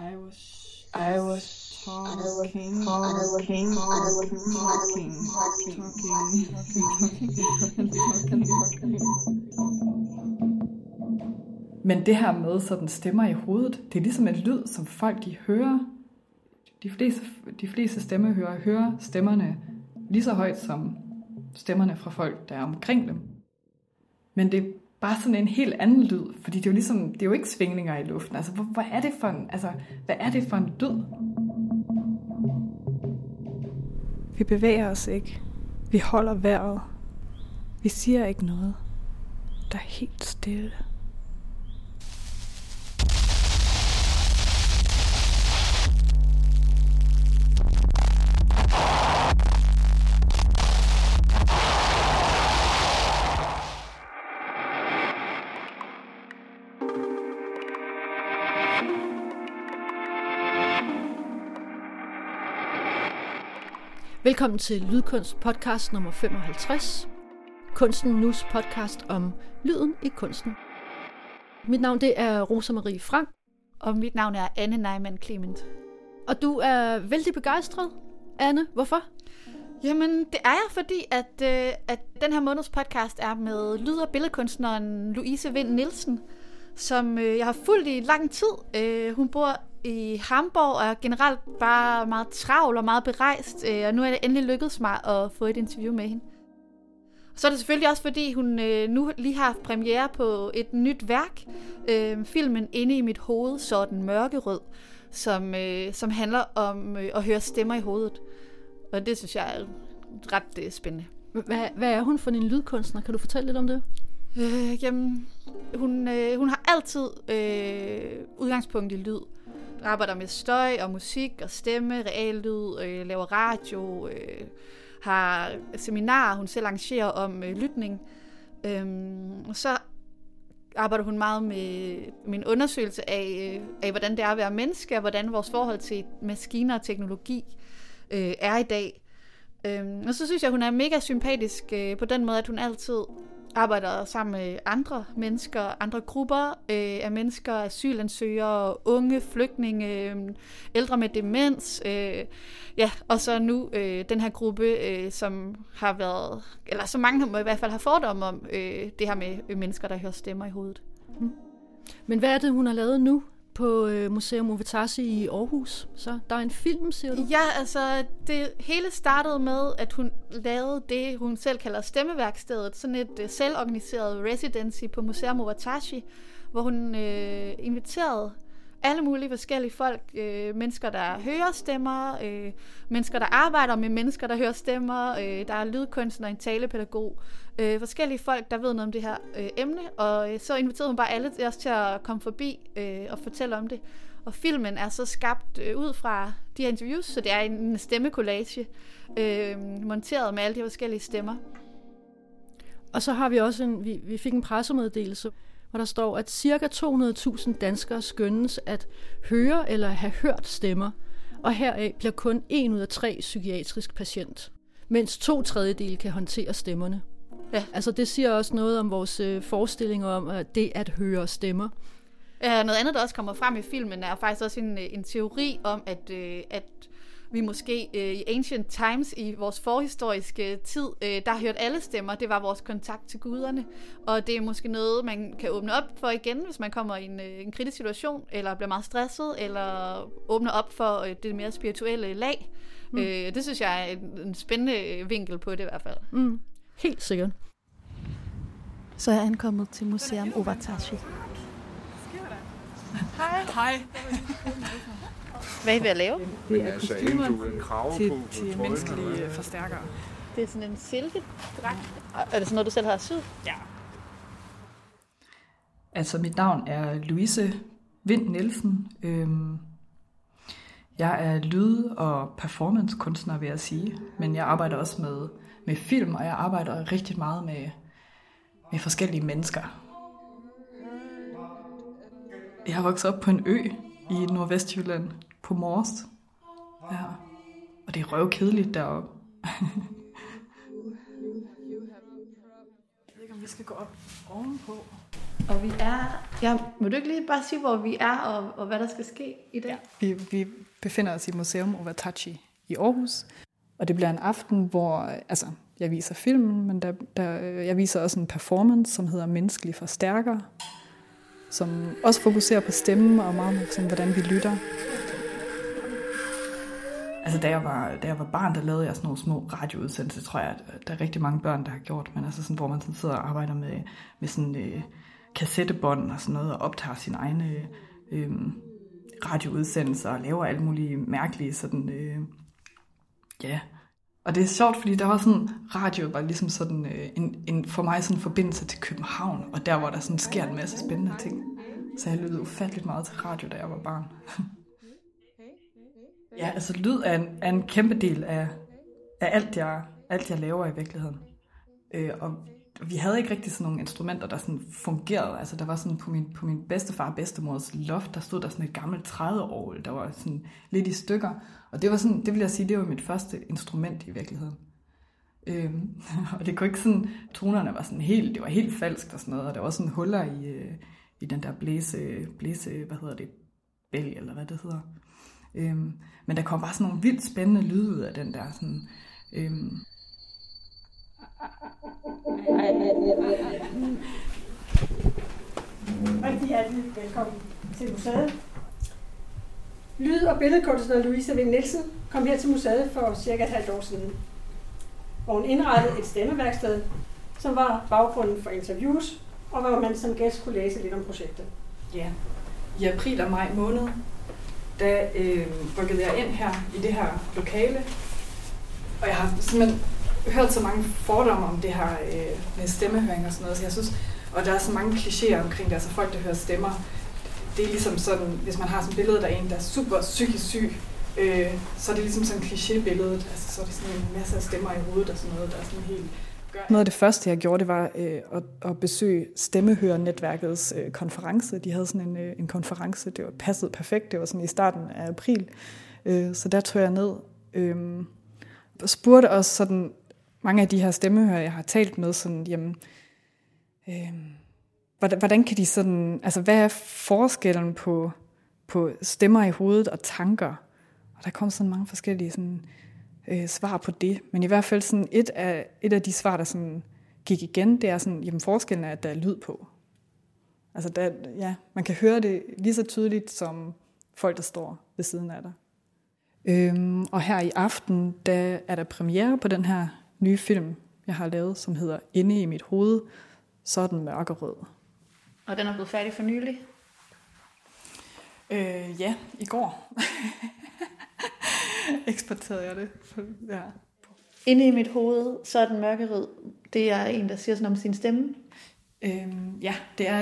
I was talking. Men det her med sådan stemmer i hovedet, det er ligesom en lyd, som folk de hører. De fleste hører stemmerne lige så højt som stemmerne fra folk, der er omkring dem. Men det er bare sådan en helt anden lyd, fordi det er jo ikke svingninger i luften. Altså, hvad er det for en lyd? Vi bevæger os ikke. Vi holder vejret. Vi siger ikke noget. Der er helt stille. Velkommen til Lydkunst podcast nummer 55. Kunsten Nus podcast om lyden i kunsten. Mit navn det er Rosa Marie Frank. Og mit navn er Anne Neumann Clement. Og du er vældig begejstret, Anne. Hvorfor? Jamen, det er jeg, fordi at den her måneds podcast er med lyd- og billedkunstneren Louise Wind Nielsen, som jeg har fulgt i lang tid. Hun bor i Hamburg og er generelt bare meget travl og meget berejst, og nu er det endelig lykkedes mig at få et interview med hende. Så er det selvfølgelig også, fordi hun nu lige har haft premiere på et nyt værk, filmen Inde i mit hoved, så den mørkerød, som handler om at høre stemmer i hovedet. Og det synes jeg er ret spændende. Hvad er hun for en lydkunstner? Kan du fortælle lidt om det? Jamen, hun har altid udgangspunkt i lyd. Arbejder med støj og musik og stemme, reallyd, laver radio, har seminarer, hun selv arrangerer om lytning. Og så arbejder hun meget med min undersøgelse af, hvordan det er at være menneske, og hvordan vores forhold til maskiner og teknologi er i dag. Og så synes jeg, hun er mega sympatisk på den måde, at hun altid arbejder sammen med andre mennesker, andre grupper af mennesker, asylansøgere, unge, flygtninge, ældre med demens. Og så nu den her gruppe, som har været, eller så mange i hvert fald har fordomme om det her med mennesker, der hører stemmer i hovedet. Men hvad er det, hun har lavet nu på Museum Uvetasi i Aarhus? Så der er en film, siger du? Ja, altså det hele startede med, at hun lavede det, hun selv kalder stemmeværkstedet, sådan et selvorganiseret residency på Museum Uvetasi, hvor hun inviterede alle mulige forskellige folk, mennesker, der hører stemmer, mennesker, der arbejder med mennesker, der hører stemmer, der er lydkunstner, en talepædagog, forskellige folk, der ved noget om det her emne, og så inviterede hun bare alle os til at komme forbi og fortælle om det. Og filmen er så skabt ud fra de her interviews, så det er en stemmekollage, monteret med alle de forskellige stemmer. Og så har vi også vi fik en pressemeddelelse, hvor der står, at ca. 200.000 danskere skønnes at høre eller have hørt stemmer, og heraf bliver kun 1 ud af 3 psykiatrisk patient, mens 2/3 kan håndtere stemmerne. Ja. Altså det siger også noget om vores forestillinger om at det at høre stemmer. Noget andet, der også kommer frem i filmen, er faktisk også en teori om, at vi måske i ancient times, i vores forhistoriske tid, der har hørt alle stemmer. Det var vores kontakt til guderne. Og det er måske noget, man kan åbne op for igen, hvis man kommer i en kritisk situation, eller bliver meget stresset, eller åbner op for det mere spirituelle lag. Det synes jeg er en spændende vinkel på det i hvert fald. Helt sikkert. Så er jeg ankommet til Museum Uvetasi. Hej. Hvad er I ved at lave? Det er kostymer til menneskelige forstærkere. Det er sådan en silkedragt. Er det sådan noget, du selv har syet? Ja. Altså, mit navn er Louise Wind Nielsen. Jeg er lyd- og performancekunstner, vil jeg sige. Men jeg arbejder også med film, og jeg arbejder rigtig meget med forskellige mennesker. Jeg har vokset op på en ø i Nordvestjylland, på Mors. Ja. Og det er røvkedeligt deroppe. Jeg ved ikke, om vi skal gå op ovenpå. Og vi er... Ja, vil du ikke lige bare sige, hvor vi er, og hvad der skal ske i dag? Ja. Vi befinder os i Museum Overtouchy i Aarhus, og det bliver en aften, hvor jeg viser filmen, men jeg viser også en performance, som hedder Menneskelig Forstærker, som også fokuserer på stemmen og meget på, hvordan vi lytter. Altså, da jeg var barn, der lavede jeg sådan nogle små radioudsendelser, tror jeg, at der er rigtig mange børn, der har gjort, men altså sådan, hvor man sådan sidder og arbejder med sådan kassettebånd og sådan noget, og optager sine egne radioudsendelser og laver alle mulige mærkelige sådan, Og det er sjovt, fordi der var sådan, radio var ligesom sådan en for mig sådan en forbindelse til København, og der hvor der sådan sker en masse spændende ting. Så jeg lyttede ufatteligt meget til radio, da jeg var barn. Ja, altså lyd er en kæmpe del af alt jeg laver i virkeligheden. Og vi havde ikke rigtig sådan nogle instrumenter, der sådan fungerede. Altså der var sådan på min bedstefar og bedstemors loft, der stod der sådan et gammelt trædeorgel, der var sådan lidt i stykker. Og det var sådan, det vil jeg sige, det var mit første instrument i virkeligheden. Og det kunne ikke sådan, tonerne var sådan helt, det var helt falskt og sådan noget, og der var sådan huller i den der blæse, hvad hedder det, bælg eller hvad det hedder. Men der kom bare sådan nogle vildt spændende lyde ud af den der sådan... Rigtig hjertelig velkommen til museet. Lyd- og billedkunstner Louise Wind Nielsen kom her til museet for cirka et halvt år siden, hvor hun indrettede et stemmeværksted, som var baggrunden for interviews, og hvor man som gæst kunne læse lidt om projektet. Ja, i april og maj måned, der rykkede jeg ind her i det her lokale, og jeg har simpelthen hørt så mange fordomme om det her med stemmehøring og sådan noget, så jeg synes, og der er så mange klichéer omkring det, altså folk, der hører stemmer. Det er ligesom sådan, hvis man har sådan et billede, der er en, der er super psykisk syg, så er det ligesom sådan et kliché-billede, altså så er det sådan en masse af stemmer i hovedet og sådan noget, der er sådan helt... Noget af det første, jeg gjorde, det var at besøge Stemmehører-netværkets konference. De havde sådan en konference, det var passet perfekt, det var sådan i starten af april, så der tog jeg ned og spurgte også sådan, mange af de her stemmehører, jeg har talt med, sådan, jamen, hvordan kan de sådan, altså hvad er forskellen på stemmer i hovedet og tanker? Og der kom sådan mange forskellige sådan, svar på det, men i hvert fald sådan et af de svar, der sådan gik igen, det er sådan, jamen forskellen er, at der er lyd på. Altså man kan høre det lige så tydeligt som folk, der står ved siden af dig. Og her i aften, der er der premiere på den her nye film, jeg har lavet, som hedder Inde i mit hoved, så er den mørkerød. Og den er blevet færdig for nylig? Ja, i går. Eksporterede jeg det. Ja. Inde i mit hoved, så er den mørkerød. Det er en, der siger sådan om sin stemme? Ja,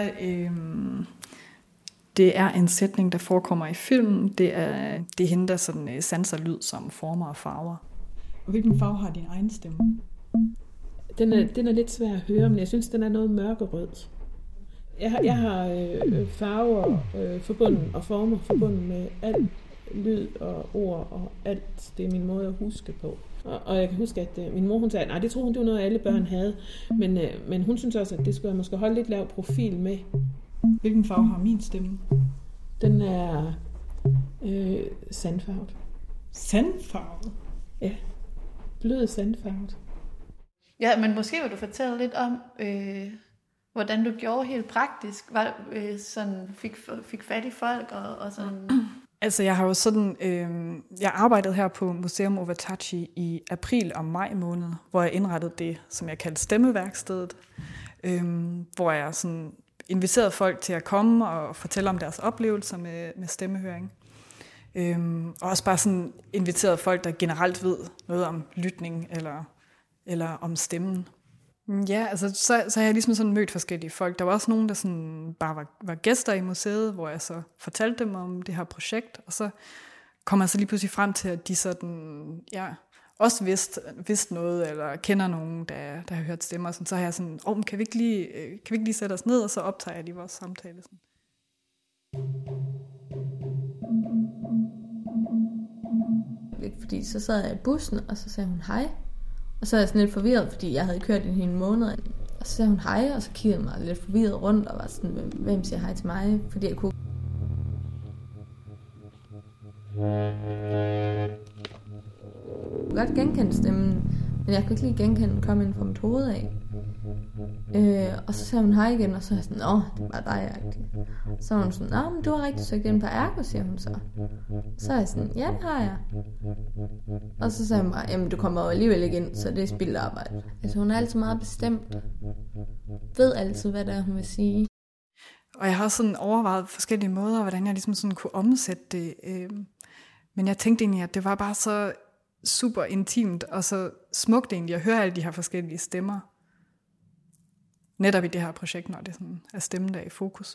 det er en sætning, der forekommer i filmen. Det er hende, der sådan sanser lyd som former og farver. Og hvilken farve har din egen stemme? Den er lidt svær at høre, men jeg synes, den er noget mørkerød. Jeg har farver forbundet og former forbundet med alt lyd og ord og alt. Det er min måde at huske på. Og jeg kan huske, at min mor hun sagde, nej, det tror hun, det var noget, alle børn havde. Men hun synes også, at det skulle jeg måske holde lidt lav profil med. Hvilken farve har min stemme? Den er sandfarvet. Sandfarvet? Ja, blød sandfarvet. Ja, men måske vil du fortælle lidt om, hvordan du gjorde helt praktisk, sådan fik fat i folk og sådan. Altså jeg har jo sådan, jeg arbejdede her på Museum Overtouchy i april og maj måned, hvor jeg indrettede det, som jeg kaldte stemmeværkstedet, hvor jeg sådan inviterede folk til at komme og fortælle om deres oplevelser med stemmehøring. Og også bare sådan inviterede folk, der generelt ved noget om lytning eller om stemmen. Ja, altså så har jeg ligesom sådan mødt forskellige folk. Der var også nogen, der sådan bare var gæster i museet, hvor jeg så fortalte dem om det her projekt, og så kom jeg så lige pludselig frem til, at de sådan, ja, også vidste noget, eller kender nogen, der har hørt stemmer. Så har jeg sådan, kan vi ikke lige sætte os ned, og så optager jeg lige vores samtale. Sådan. Fordi så sad jeg i bussen, og så sagde hun hej. Og så er jeg sådan lidt forvirret, fordi jeg havde kørt i en måned. Og så sagde hun hej, og så kiggede mig lidt forvirret rundt, og var sådan, hvem siger hej til mig? Fordi jeg kunne godt genkende stemmen, men jeg kunne ikke lige genkende den kom ind fra mit hoved af. Og så sagde hun hej igen, og så er jeg sådan, det var dig, agtigt. Så var hun sådan, men du har rigtig søgt ind på Ergo, siger hun så. Så er jeg sådan, ja, det har jeg. Og så sagde hun bare, jamen du kommer jo alligevel ikke ind, så det er spildt arbejde. Altså hun er altid meget bestemt. Ved altid, hvad det er, hun vil sige. Og jeg har også sådan overvejet forskellige måder, hvordan jeg ligesom sådan kunne omsætte det. Men jeg tænkte egentlig, at det var bare så super intimt, og så smukt egentlig at høre alle de her forskellige stemmer. Netop i det her projekt, når det sådan er stemmen, der er i fokus.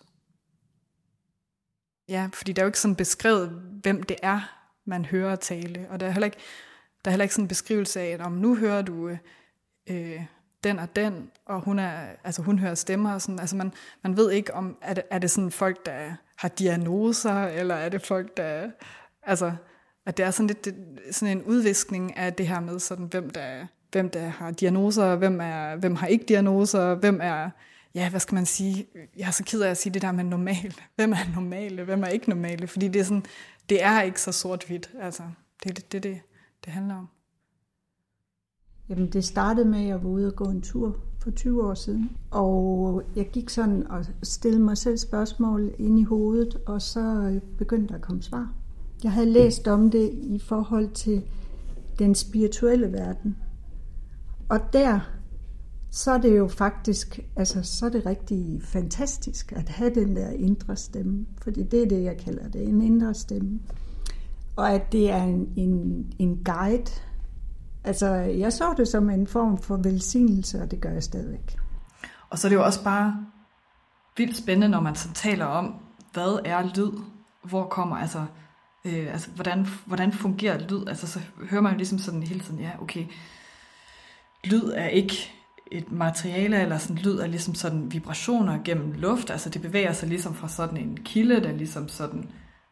Ja, fordi der er jo ikke sådan beskrevet, hvem det er, man hører tale. Og der er heller ikke sådan en beskrivelse af, at om nu hører du den og den, og hun hører stemmer. Og sådan. Altså man ved ikke, om er det sådan folk, der har diagnoser, eller er det folk, der... Altså, at det er sådan lidt sådan en udviskning af det her med, sådan, hvem der har diagnoser, hvem har ikke diagnoser, hvem er, ja, hvad skal man sige, jeg er så ked af at sige det der med normal. Hvem er normale, hvem er ikke normale, fordi det er sådan, det er ikke så sort-hvidt, altså, det handler om. Jamen, det startede med, at jeg var ude og gå en tur for 20 år siden, og jeg gik sådan og stillede mig selv spørgsmål ind i hovedet, og så begyndte der at komme svar. Jeg havde læst om det i forhold til den spirituelle verden. Og så er det jo faktisk, altså så er det rigtig fantastisk at have den der indre stemme. Fordi det er det, jeg kalder det, en indre stemme. Og at det er en guide. Altså jeg så det som en form for velsignelse, og det gør jeg stadigvæk. Og så er det jo også bare vildt spændende, når man så taler om, hvad er lyd? Hvor kommer, altså hvordan fungerer lyd? Altså så hører man jo ligesom sådan hele tiden, ja, okay, lyd er ikke et materiale, eller sådan lyd er ligesom sådan vibrationer gennem luft, altså det bevæger sig ligesom fra sådan en kilde, der ligesom sådan,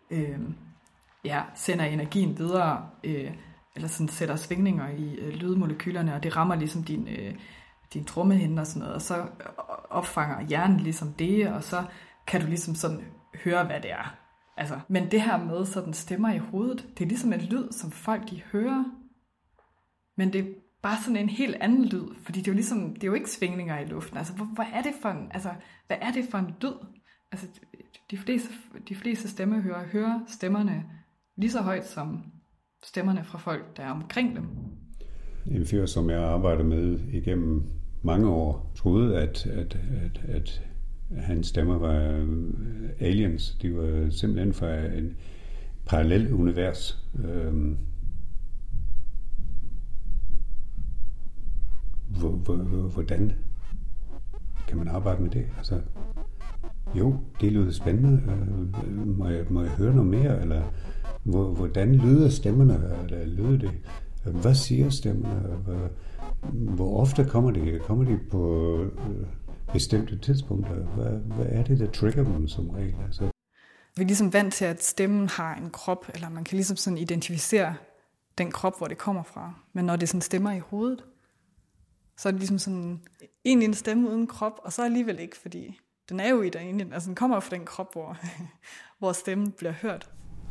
sender energien videre, eller sådan sætter svingninger i lydmolekylerne, og det rammer ligesom din trommehinde og sådan noget, og så opfanger hjernen ligesom det, og så kan du ligesom sådan høre, hvad det er. Altså, men det her med sådan stemmer i hovedet, det er ligesom en lyd, som folk de hører, men det er bare sådan en helt anden lyd, fordi det er jo ligesom, det er jo ikke svingninger i luften. Altså, hvad er det for en lyd? Altså, de fleste stemmehørere hører stemmerne lige så højt som stemmerne fra folk, der er omkring dem. En fyr, som jeg arbejder med igennem mange år, troede, at hans stemmer var aliens. De var simpelthen fra en parallel univers. Hvordan kan man arbejde med det? Altså, jo, det lyder spændende. Må jeg høre noget mere? Eller hvordan lyder stemmerne? Eller lyder det? Hvad siger stemmerne? Hvor ofte kommer de? Kommer de på bestemte tidspunkter? Hvad er det, der trigger dem som regel? Altså. Vi er ligesom vant til, at stemmen har en krop, eller man kan ligesom sådan identificere den krop, hvor det kommer fra. Men når det sådan stemmer i hovedet, så er det ligesom sådan egentlig en stemme uden krop, og så alligevel ikke, fordi den er jo i derinde, altså den kommer fra den krop, hvor stemmen bliver hørt.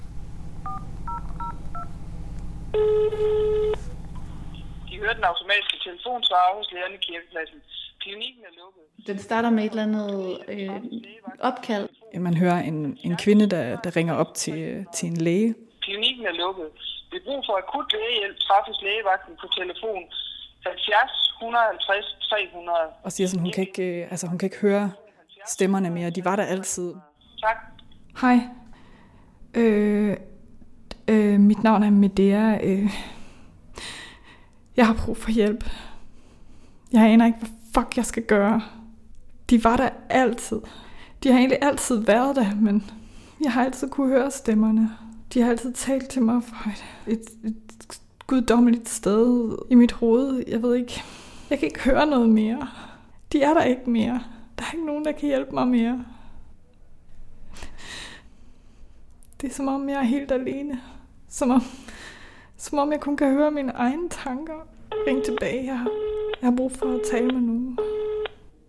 De hører den automatiske telefonsvarer hos lægerne i Kirkepladsen. Klinikken er lukket. Den starter med et eller andet opkald. Man hører en kvinde, der ringer op til en læge. Klinikken er lukket. Ved brug for akut lægehjælp træffes lægevagten på telefon 70 150 300. Og siger sådan, hun kan ikke høre stemmerne mere. De var der altid. Tak. Hej. Mit navn er Medea. Jeg har brug for hjælp. Jeg aner ikke, hvad fuck jeg skal gøre. De var der altid. De har egentlig altid været der, men jeg har altid kunne høre stemmerne. De har altid talt til mig fra et guddommeligt sted i mit hoved. Jeg ved ikke. Jeg kan ikke høre noget mere. De er der ikke mere. Der er ikke nogen, der kan hjælpe mig mere. Det er som om, jeg er helt alene. Som om jeg kun kan høre mine egne tanker. Ring tilbage. Jeg har brug for at tale med nogen.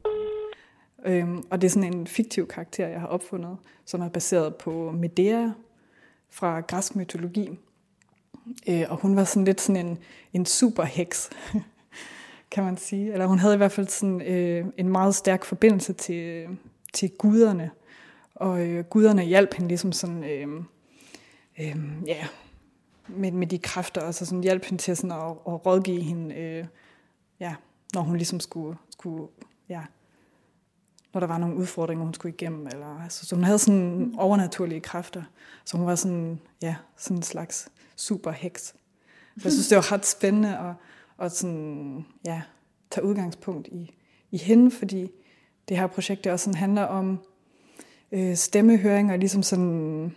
Og det er sådan en fiktiv karakter, jeg har opfundet, som er baseret på Medea fra græsk mytologi. Og hun var sådan lidt sådan en superheks, kan man sige. Eller hun havde i hvert fald sådan en meget stærk forbindelse til guderne. Og guderne hjalp hende ligesom sådan, med de kræfter, og så sådan hjalp hende til sådan at rådgive hende, når hun ligesom skulle når der var nogle udfordringer, hun skulle igennem. Eller, altså, så hun havde sådan overnaturlige kræfter. Så hun var sådan, sådan en slags superheks. Så jeg synes, det var ret spændende at sådan, tage udgangspunkt i hende, fordi det her projekt også sådan handler om stemmehøring, og ligesom sådan,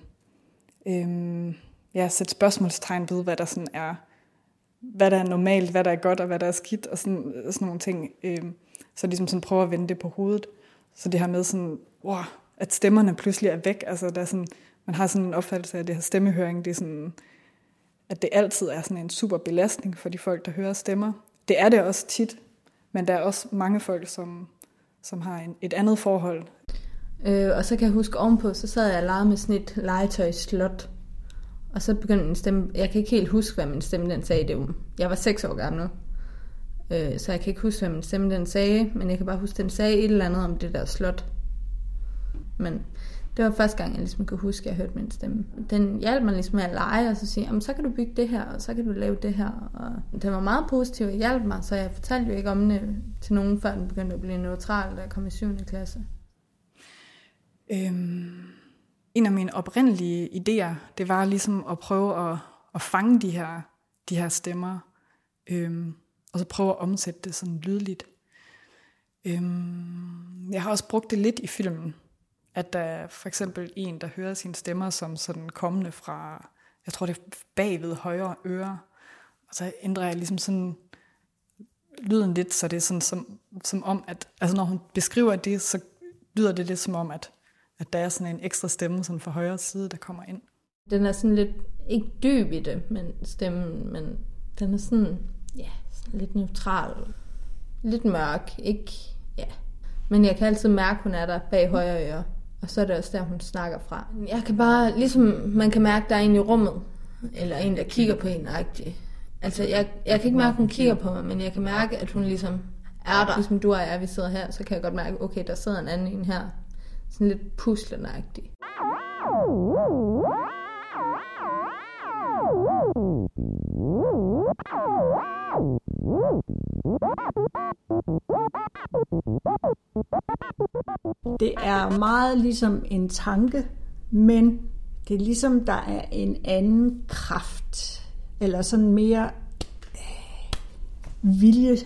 sætte spørgsmålstegn ved, hvad der sådan er, hvad der er normalt, hvad der er godt, og hvad der er skidt, og sådan nogle ting. Så ligesom sådan prøve at vende det på hovedet. Så det her med sådan, at stemmerne pludselig er væk. Altså der er sådan, man har sådan en opfattelse af, at det her stemmehøring, det er sådan, at det altid er sådan en super belastning for de folk, der hører stemmer. Det er det også tit, men der er også mange folk, som har et andet forhold. Og så kan jeg huske ovenpå, så sad jeg og legede med sådan et legetøjsslot. Og så begyndte min stemme, jeg kan ikke helt huske, hvad min stemme den sagde. Jeg var 6 år gammel, så jeg kan ikke huske, hvad min stemme den sagde, men jeg kan bare huske, den sagde et eller andet om det der slot. Men det var første gang, jeg ligesom kunne huske, at jeg hørte min stemme. Den hjalp mig ligesom med at lege, og så sige, så kan du bygge det her, og så kan du lave det her. Og den var meget positiv og hjalp mig, så jeg fortalte jo ikke om det til nogen, før den begyndte at blive neutral, da jeg kom i 7. klasse. En af mine oprindelige idéer, det var ligesom at prøve at fange de her stemmer, og så prøve at omsætte det sådan lydligt. Jeg har også brugt det lidt i filmen, at der er for eksempel en, der hører sine stemmer som sådan kommende fra, jeg tror det er bagved højre øre, og så ændrer jeg ligesom sådan lyden lidt, så det er sådan som om, at altså når hun beskriver det, så lyder det lidt som om, at der er sådan en ekstra stemme sådan fra højre side, der kommer ind. Den er sådan lidt, ikke dyb i det, men stemmen, men den er sådan, sådan lidt neutral, lidt mørk, ikke, Men jeg kan altid mærke, hun er der bag højre øre, og så er det også der, hun snakker fra. Jeg kan bare, ligesom man kan mærke, der er en i rummet, eller en, der kigger på en agtig. Altså, jeg kan ikke mærke, hun kigger på mig, men jeg kan mærke, at hun ligesom er der. Ligesom du og jeg, vi sidder her, så kan jeg godt mærke, okay, der sidder en anden en her. Sådan lidt puslenagtig. Det er meget ligesom en tanke, men det er ligesom, der er en anden kraft, eller sådan mere vilje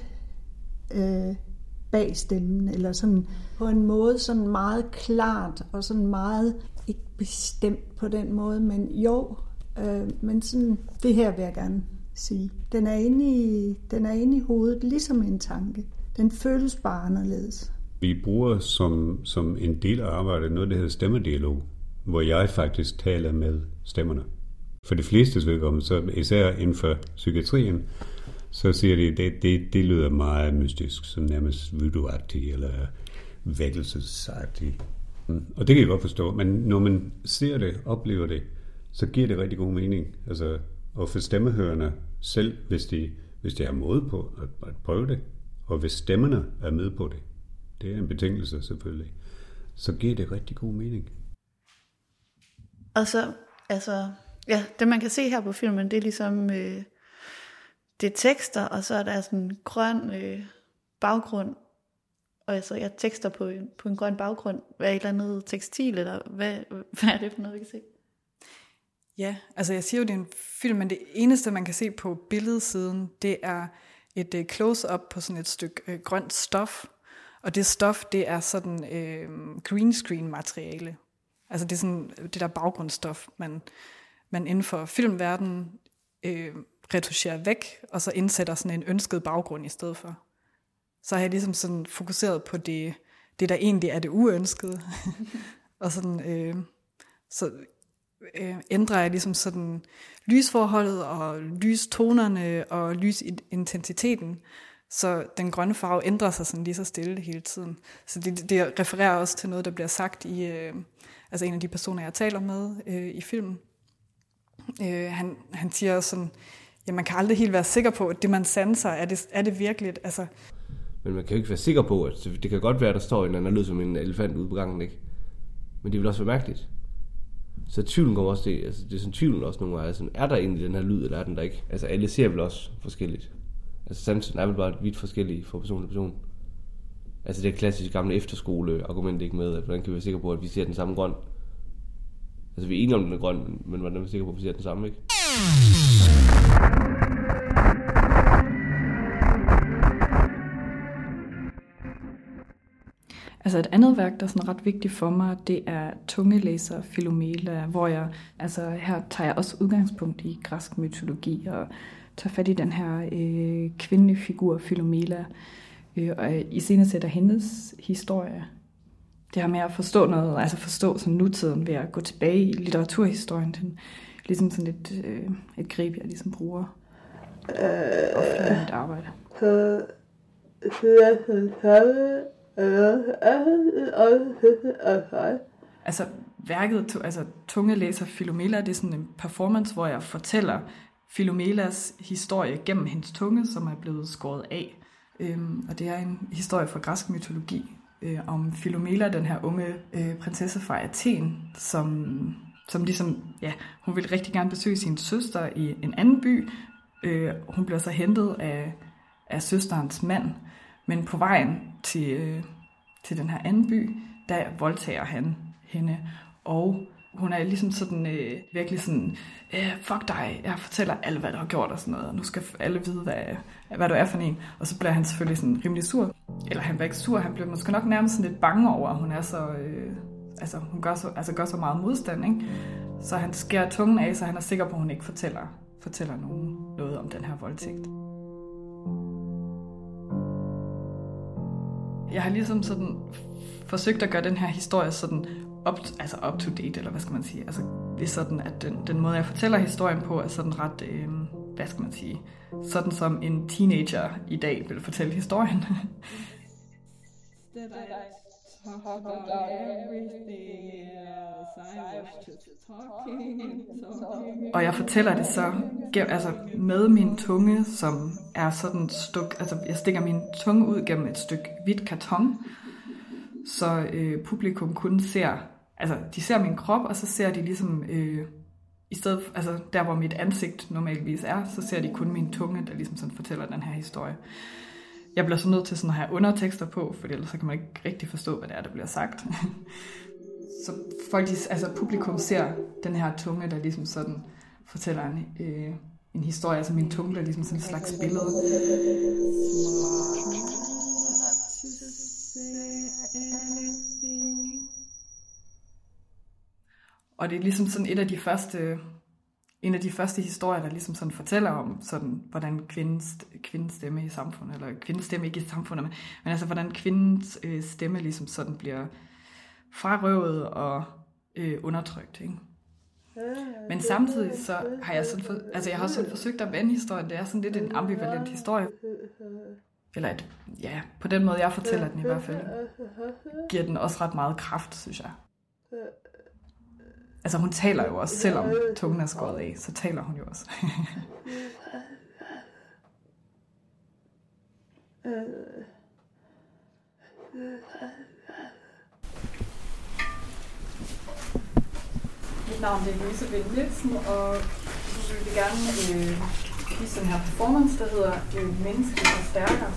bag stemmen, eller sådan på en måde sådan meget klart, og sådan meget ikke bestemt på den måde, men men sådan, det her vil jeg gerne sige. Den er inde i hovedet, ligesom en tanke. Den føles bare anderledes. Vi bruger som en del af arbejdet noget, der hedder stemmedialog, hvor jeg faktisk taler med stemmerne. For de flestes vedkommende, så især inden for psykiatrien, så siger de, det lyder meget mystisk, som nærmest voodoo-agtigt eller vækkelsesagtigt. Og det kan jeg godt forstå, men når man ser det, oplever det, så giver det rigtig god mening. Altså, og for stemmehørerne selv, hvis de er mod på at prøve det, og hvis stemmerne er med på det, det er en betingelse selvfølgelig, så giver det rigtig god mening. Og så, det man kan se her på filmen, det er ligesom, det er tekster, og så er der sådan en grøn baggrund, og altså jeg tekster på en grøn baggrund. Hvad er et eller andet tekstil, eller hvad er det for noget, vi kan se? Ja, altså jeg siger jo, det er en film, men det eneste, man kan se på billedsiden, det er et close-up på sådan et stykke grønt stof. Og det stof, det er sådan green screen materiale. Altså det er sådan det der baggrundsstof, man inden for filmverdenen retuscherer væk, og så indsætter sådan en ønsket baggrund i stedet for. Så har jeg ligesom sådan fokuseret på det der egentlig er det uønskede. Og sådan, ændrer jeg ligesom sådan lysforholdet og lystonerne og lysintensiteten, Så den grønne farve ændrer sig sådan lige så stille hele tiden. Så det refererer også til noget, der bliver sagt i altså en af de personer, jeg taler med i filmen. Han siger sådan, ja, man kan aldrig helt være sikker på, at det man sanser, er det virkeligt? Altså. Men man kan jo ikke være sikker på, at det kan godt være, at der står en eller anden lyd som en elefant ude på gangen, ikke? Men det vil også være mærkeligt. Så tvivlen kommer også det er sådan tvivlen også nogle gange. Altså, er der egentlig den her lyd, eller er den der ikke? Altså alle ser vel også forskelligt. Altså sansen er vel bare vidt forskellige fra person til person. Altså det klassiske gamle efterskole-argument ikke med, at hvordan kan vi være sikre på, at vi ser den samme grøn? Altså vi er enige om, den er grøn, men hvordan er vi sikre på, at vi ser den samme, ikke? Altså et andet værk, der er sådan ret vigtigt for mig, det er Tungelæser Philomela, hvor jeg, altså her tager jeg også udgangspunkt i græsk mytologi og tager fat i den her kvindelige figur Philomela og iscenesætter hendes historie. Det her med at forstå noget, altså forstå sådan nutiden ved at gå tilbage i litteraturhistorien, det er ligesom sådan et greb, jeg ligesom bruger ofte i mit arbejde. Altså værket, altså Tungelæser Philomela, det er sådan en performance, hvor jeg fortæller Philomelas historie gennem hendes tunge, som er blevet skåret af. Og det er en historie fra græsk mytologi om Philomela, den her unge prinsesse fra Athen, som ligesom, ja, hun vil rigtig gerne besøge sin søster i en anden by. Hun bliver så hentet af søsterens mand, men på vejen til den her anden by, der voldtager han hende, og hun er ligesom sådan, virkelig sådan, fuck dig, jeg fortæller alle, hvad du har gjort og sådan noget, og nu skal alle vide, hvad du er for en. Og så bliver han selvfølgelig sådan rimelig sur, eller han bliver ikke sur, han bliver måske nok nærmest sådan lidt bange over, at hun er så, hun gør så meget modstand, ikke? Så han skærer tungen af, så han er sikker på, at hun ikke fortæller nogen noget om den her voldtægt. Jeg har ligesom sådan forsøgt at gøre den her historie sådan up to date, eller hvad skal man sige. Altså, det er sådan, at den måde, jeg fortæller historien på, er sådan ret, hvad skal man sige, sådan som en teenager i dag vil fortælle historien. Og jeg fortæller det så med min tunge, som er sådan jeg stikker min tunge ud gennem et stykke hvidt karton, så publikum kun ser, altså de ser min krop, og så ser de ligesom, i stedet, altså der hvor mit ansigt normalvis er, så ser de kun min tunge, der ligesom sådan fortæller den her historie. Jeg bliver så nødt til sådan at have undertekster på, for ellers så kan man ikke rigtig forstå, hvad det er, der bliver sagt. Så publikum ser den her tunge, der ligesom sådan fortæller en historie, altså min tunge, der ligesom sådan en slags billede. Og det er ligesom sådan en af de første historier, der ligesom sådan fortæller om sådan, hvordan kvindens stemme i samfundet, eller kvindens stemme ikke i samfundet, men altså hvordan kvindens stemme ligesom sådan bliver frarøvet og undertrykt, ikke? Men samtidig så har jeg sådan, jeg har sådan forsøgt at vende historien. Det er sådan lidt en ambivalent historie. Eller på den måde jeg fortæller den i hvert fald, giver den også ret meget kraft, synes jeg. Altså hun taler jo også, selvom tungen er skåret af, så taler hun jo også. Mit navn er Louise Vind Nielsen, og vi vil gerne vise den her performance, der hedder Menneskelige Forstærker.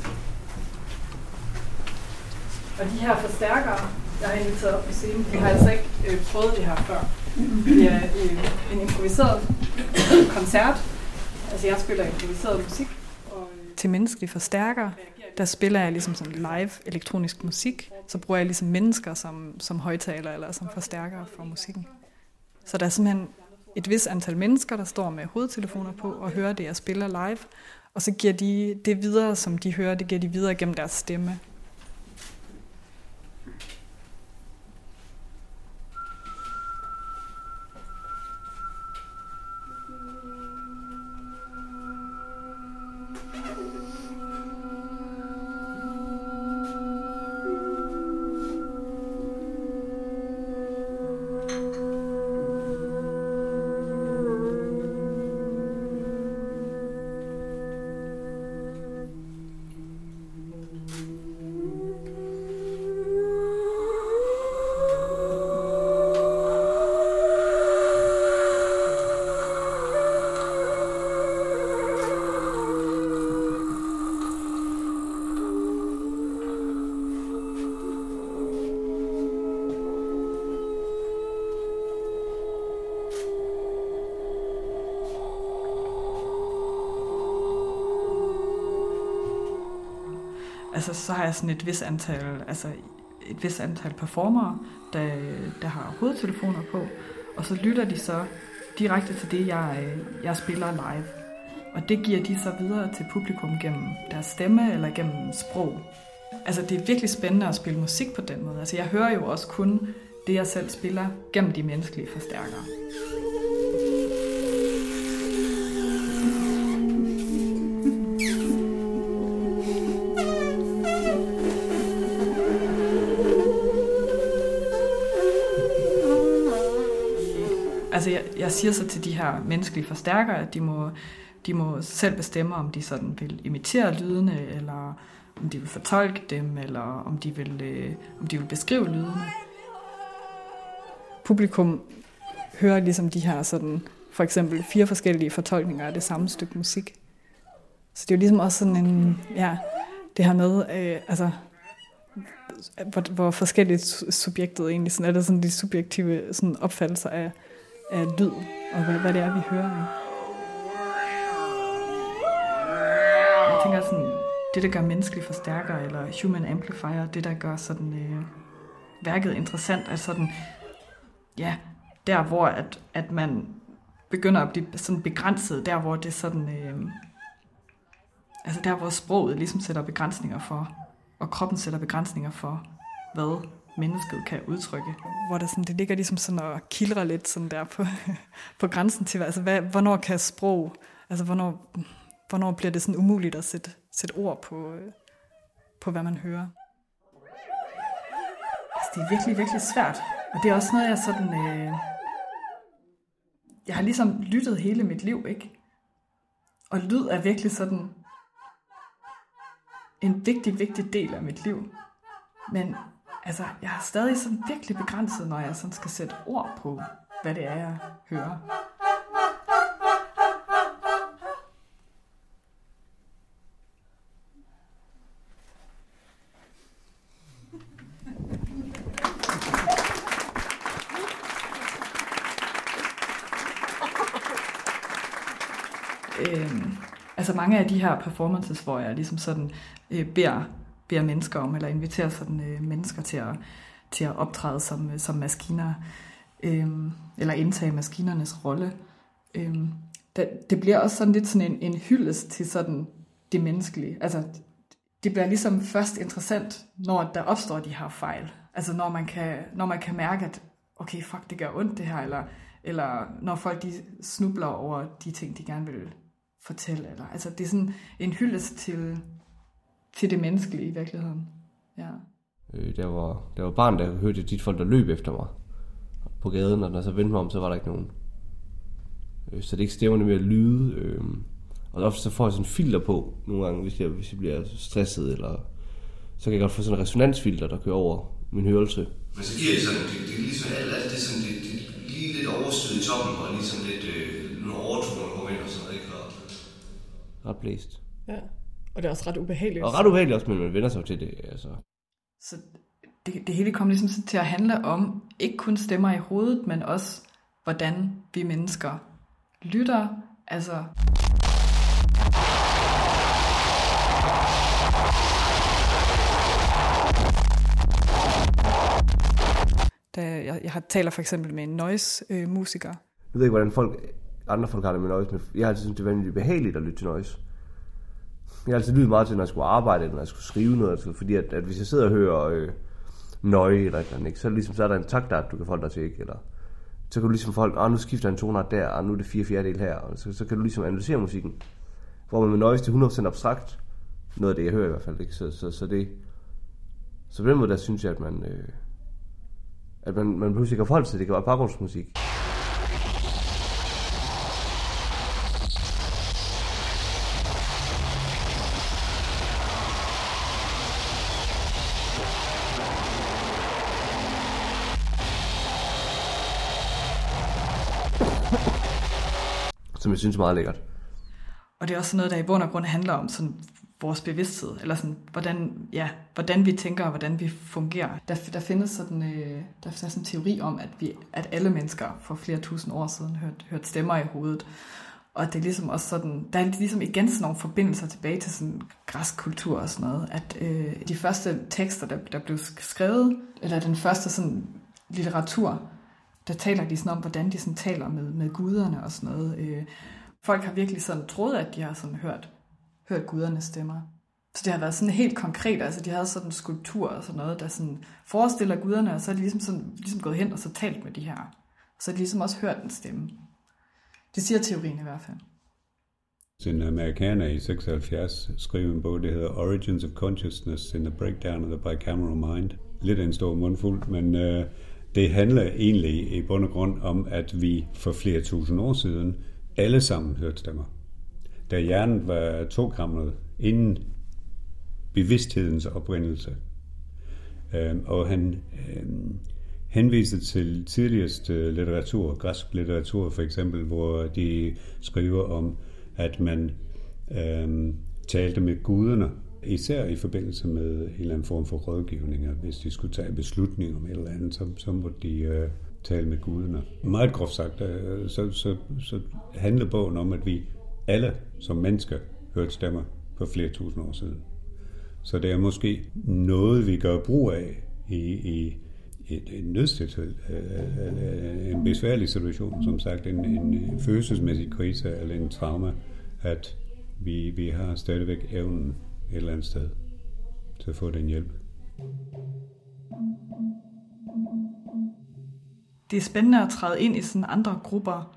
Og de her forstærkere, jeg har inviteret op på scenen, de har altså ikke prøvet det her før. Det er en improviseret koncert. Altså jeg spiller improviseret musik. Til Menneskelige Forstærkere, der spiller jeg ligesom sådan live elektronisk musik. Så bruger jeg ligesom mennesker som højtaler eller som forstærkere for musikken. Så der er simpelthen et vis antal mennesker, der står med hovedtelefoner på og hører det, jeg spiller live. Og så giver de det videre, som de hører, det giver de videre gennem deres stemme. altså så har jeg sådan et vis antal performere, der har hovedtelefoner på, og så lytter de så direkte til det, jeg spiller live. Og det giver de så videre til publikum gennem deres stemme eller gennem sprog. Altså det er virkelig spændende at spille musik på den måde. Altså jeg hører jo også kun det, jeg selv spiller gennem de menneskelige forstærkere. Altså jeg siger så til de her menneskelige forstærkere, at de må selv bestemme, om de sådan vil imitere lydene, eller om de vil fortolke dem, eller om de vil beskrive lydene. Publikum hører ligesom de her sådan, for eksempel 4 forskellige fortolkninger af det samme stykke musik. Så det er jo ligesom også sådan en, det her med, altså, hvor forskelligt subjektet egentlig sådan, er der sådan de subjektive sådan opfattelser af lyd, og hvad det er, vi hører. Jeg tænker sådan, det der gør menneskelige forstærker, eller human amplifier, det der gør sådan værket interessant, er sådan, der hvor at man begynder at blive sådan begrænset, der hvor det sådan, altså der hvor sproget ligesom sætter begrænsninger for, og kroppen sætter begrænsninger for, hvad mennesket kan udtrykke. Hvor der sådan, det ligger ligesom sådan og kildrer lidt sådan der på grænsen til, altså hvornår kan sprog, altså hvornår bliver det sådan umuligt at sætte ord på hvad man hører. Altså det er virkelig, virkelig svært. Og det er også noget, jeg sådan, jeg har ligesom lyttet hele mit liv, ikke? Og lyd er virkelig sådan en vigtig del af mit liv. Men altså, jeg er stadig sådan virkelig begrænset, når jeg sådan skal sætte ord på, hvad det er, jeg hører. Altså mange af de her performances, hvor jeg ligesom sådan beder mennesker om, eller inviterer sådan mennesker til at optræde som maskiner, eller indtage maskinernes rolle. Det bliver også sådan lidt sådan en hyldest til sådan det menneskelige. Altså det bliver ligesom først interessant, når der opstår de her fejl. Altså når man kan mærke, at okay, fuck, det gør ondt det her, eller når folk de snubler over de ting, de gerne vil fortælle. Eller, altså det er sådan en hyldest til det menneskelige i virkeligheden. Ja. Der var barn, der hørte tit folk, der løb efter mig på gaden, og når jeg så vendte mig om, så var der ikke nogen. Så det er ikke stævende med at lyde. Og ofte så får jeg sådan en filter på nogle gange, hvis jeg bliver stresset, eller så kan jeg godt få sådan en resonansfilter, der kører over min hørelse. Men så giver det sådan, det er ligesom alt det sådan, det lige lidt overstød i toppen, og ligesom lidt nogle overtoner på ind og sådan noget, ikke? Ret blæst. Ja. Og det er også ret ubehageligt. Og ret ubehageligt også, men man vender sig til det. Altså. Så det hele kommer ligesom til at handle om, ikke kun stemmer i hovedet, men også, hvordan vi mennesker lytter. Altså jeg taler for eksempel med en noise-musiker. Jeg ved ikke, hvordan andre folk har det med noise, men jeg har altid syntes, det er vanvittigt behageligt at lytte til noise. Jeg har altid lyttet meget til, når jeg skulle arbejde, eller når jeg skulle skrive noget, altså, fordi at hvis jeg sidder og hører nøje eller et eller andet, ikke, så er der en taktart, du kan forholde dig til, ikke? Eller så kan du ligesom forholde, nu skifter en tonart der, nu er det 4/4 her, og så kan du ligesom analysere musikken. Hvor man med noise, det er 100% abstrakt, noget af det, jeg hører i hvert fald, ikke? Så på den måde, der synes jeg, at man pludselig kan forholde sig, det kan være baggrundsmusik. Som jeg synes er meget lækkert. Og det er også noget, der i bund og grund handler om sådan vores bevidsthed, eller sådan, hvordan vi tænker og hvordan vi fungerer. Der findes sådan, der er sådan en teori om, at alle mennesker for flere tusind år siden hørte stemmer i hovedet. Og det er ligesom også sådan, der er ligesom igen sådan nogle forbindelser tilbage til sådan græsk kultur og sådan noget, at de første tekster, der blev skrevet, eller den første sådan litteratur, der taler de sådan om, hvordan de sådan taler med guderne og sådan noget. Folk har virkelig sådan troet, at de har sådan hørt gudernes stemmer. Så det har været sådan helt konkret, altså de havde sådan en skulptur og sådan noget, der sådan forestiller guderne, og så er de ligesom gået hen og så talt med de her. Så har de ligesom også hørt en stemme. Det siger teorien i hvert fald. En amerikaner i 76 skrev en bog, der hedder Origins of Consciousness in the Breakdown of the Bicameral Mind. Lidt en stor mundfuld, men det handler egentlig i bund og grund om, at vi for flere tusind år siden alle sammen hørte stemmer. Da hjernen var 2-grammet inden bevidsthedens oprindelse. Og han henviser til tidligste litteratur, græsk litteratur for eksempel, hvor de skriver om, at man talte med guderne, især i forbindelse med en eller anden form for rådgivninger. Hvis de skulle tage beslutninger om et eller andet, så måtte de tale med guderne. Meget groft sagt, så handler bogen om, at vi alle som mennesker hørte stemmer for flere tusind år siden. Så det er måske noget, vi gør brug af i et nødstilfælde, en besværlig situation, som sagt en følelsesmæssig krise eller en trauma, at vi har stadigvæk evnen et eller andet sted til at få den hjælp. Det er spændende at træde ind i sådan andre grupper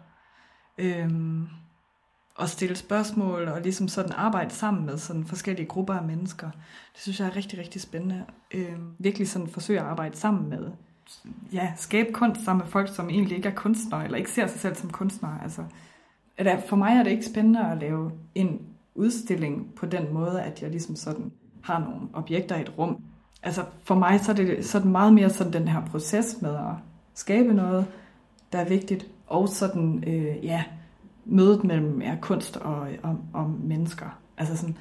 og stille spørgsmål og ligesom sådan arbejde sammen med sådan forskellige grupper af mennesker. Det synes jeg er rigtig, rigtig spændende. Virkelig sådan forsøge at arbejde sammen med, skabe kunst sammen med folk, som egentlig ikke er kunstnere, eller ikke ser sig selv som kunstnere. Altså, for mig er det ikke spændende at lave en udstilling på den måde, at jeg ligesom sådan har nogle objekter i et rum. Altså for mig så er det sådan meget mere sådan den her proces med at skabe noget, der er vigtigt, og sådan, mødet mellem kunst og mennesker. Altså sådan,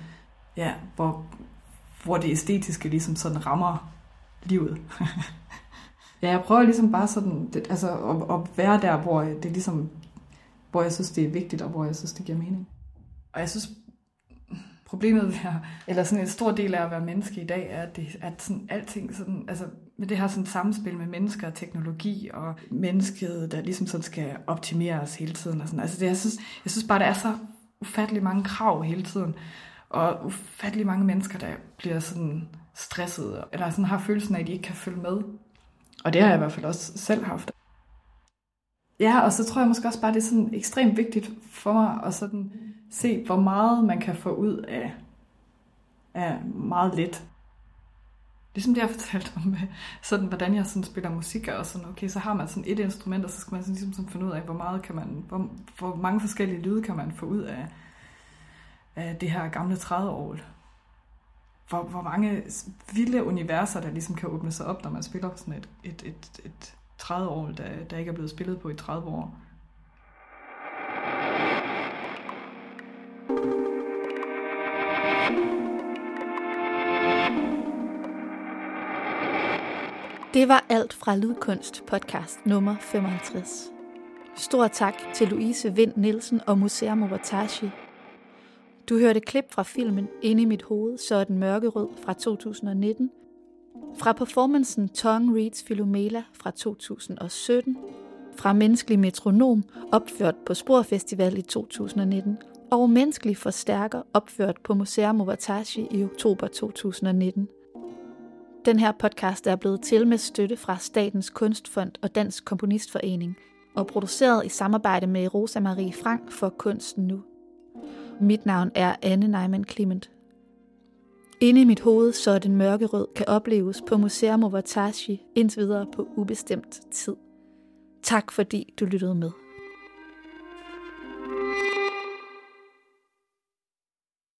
hvor det æstetiske ligesom sådan rammer livet. Jeg prøver ligesom bare sådan, at være der, hvor det ligesom, hvor jeg synes, det er vigtigt, og hvor jeg synes, det giver mening. Og jeg synes, problemet her, eller sådan en stor del af at være menneske i dag, er, at sådan alting sådan, altså med det her sådan samspil med mennesker og teknologi, og mennesket, der ligesom sådan skal optimeres hele tiden. Og sådan. Altså jeg synes bare, der er så ufattelig mange krav hele tiden, og ufattelig mange mennesker, der bliver sådan stresset, eller sådan har følelsen af, at de ikke kan følge med. Og det har jeg i hvert fald også selv haft. Ja, og så tror jeg måske også bare, det er sådan ekstremt vigtigt for mig at sådan se, hvor meget man kan få ud af meget lidt. Ligesom det, jeg fortalte om, sådan, hvordan jeg sådan spiller musik, og sådan, okay, så har man sådan et instrument, og så skal man sådan, ligesom sådan finde ud af, hvor mange forskellige lyde kan man få ud af det her gamle trædeorgel. Hvor mange vilde universer, der ligesom kan åbne sig op, når man spiller sådan et trædeorgel, der ikke er blevet spillet på i 30 år. Det var alt fra Lydkunst podcast nummer 55. Stor tak til Louise Wind Nielsen og Museum Owatashi. Du hørte klip fra filmen Inde i mit hoved, så er den mørkerød fra 2019, fra performancen Tongue Reads Philomela fra 2017, fra Menneskelig Metronom opført på Sporfestival i 2019, og Menneskelig Forstærker opført på Museum Owatashi i oktober 2019. Den her podcast er blevet til med støtte fra Statens Kunstfond og Dansk Komponistforening, og produceret i samarbejde med Rosa Marie Frank for Kunsten Nu. Mit navn er Anne Neumann Clement. Inde i mit hoved, så den mørkerød, kan opleves på Museum Owatashi indtil videre på ubestemt tid. Tak fordi du lyttede med.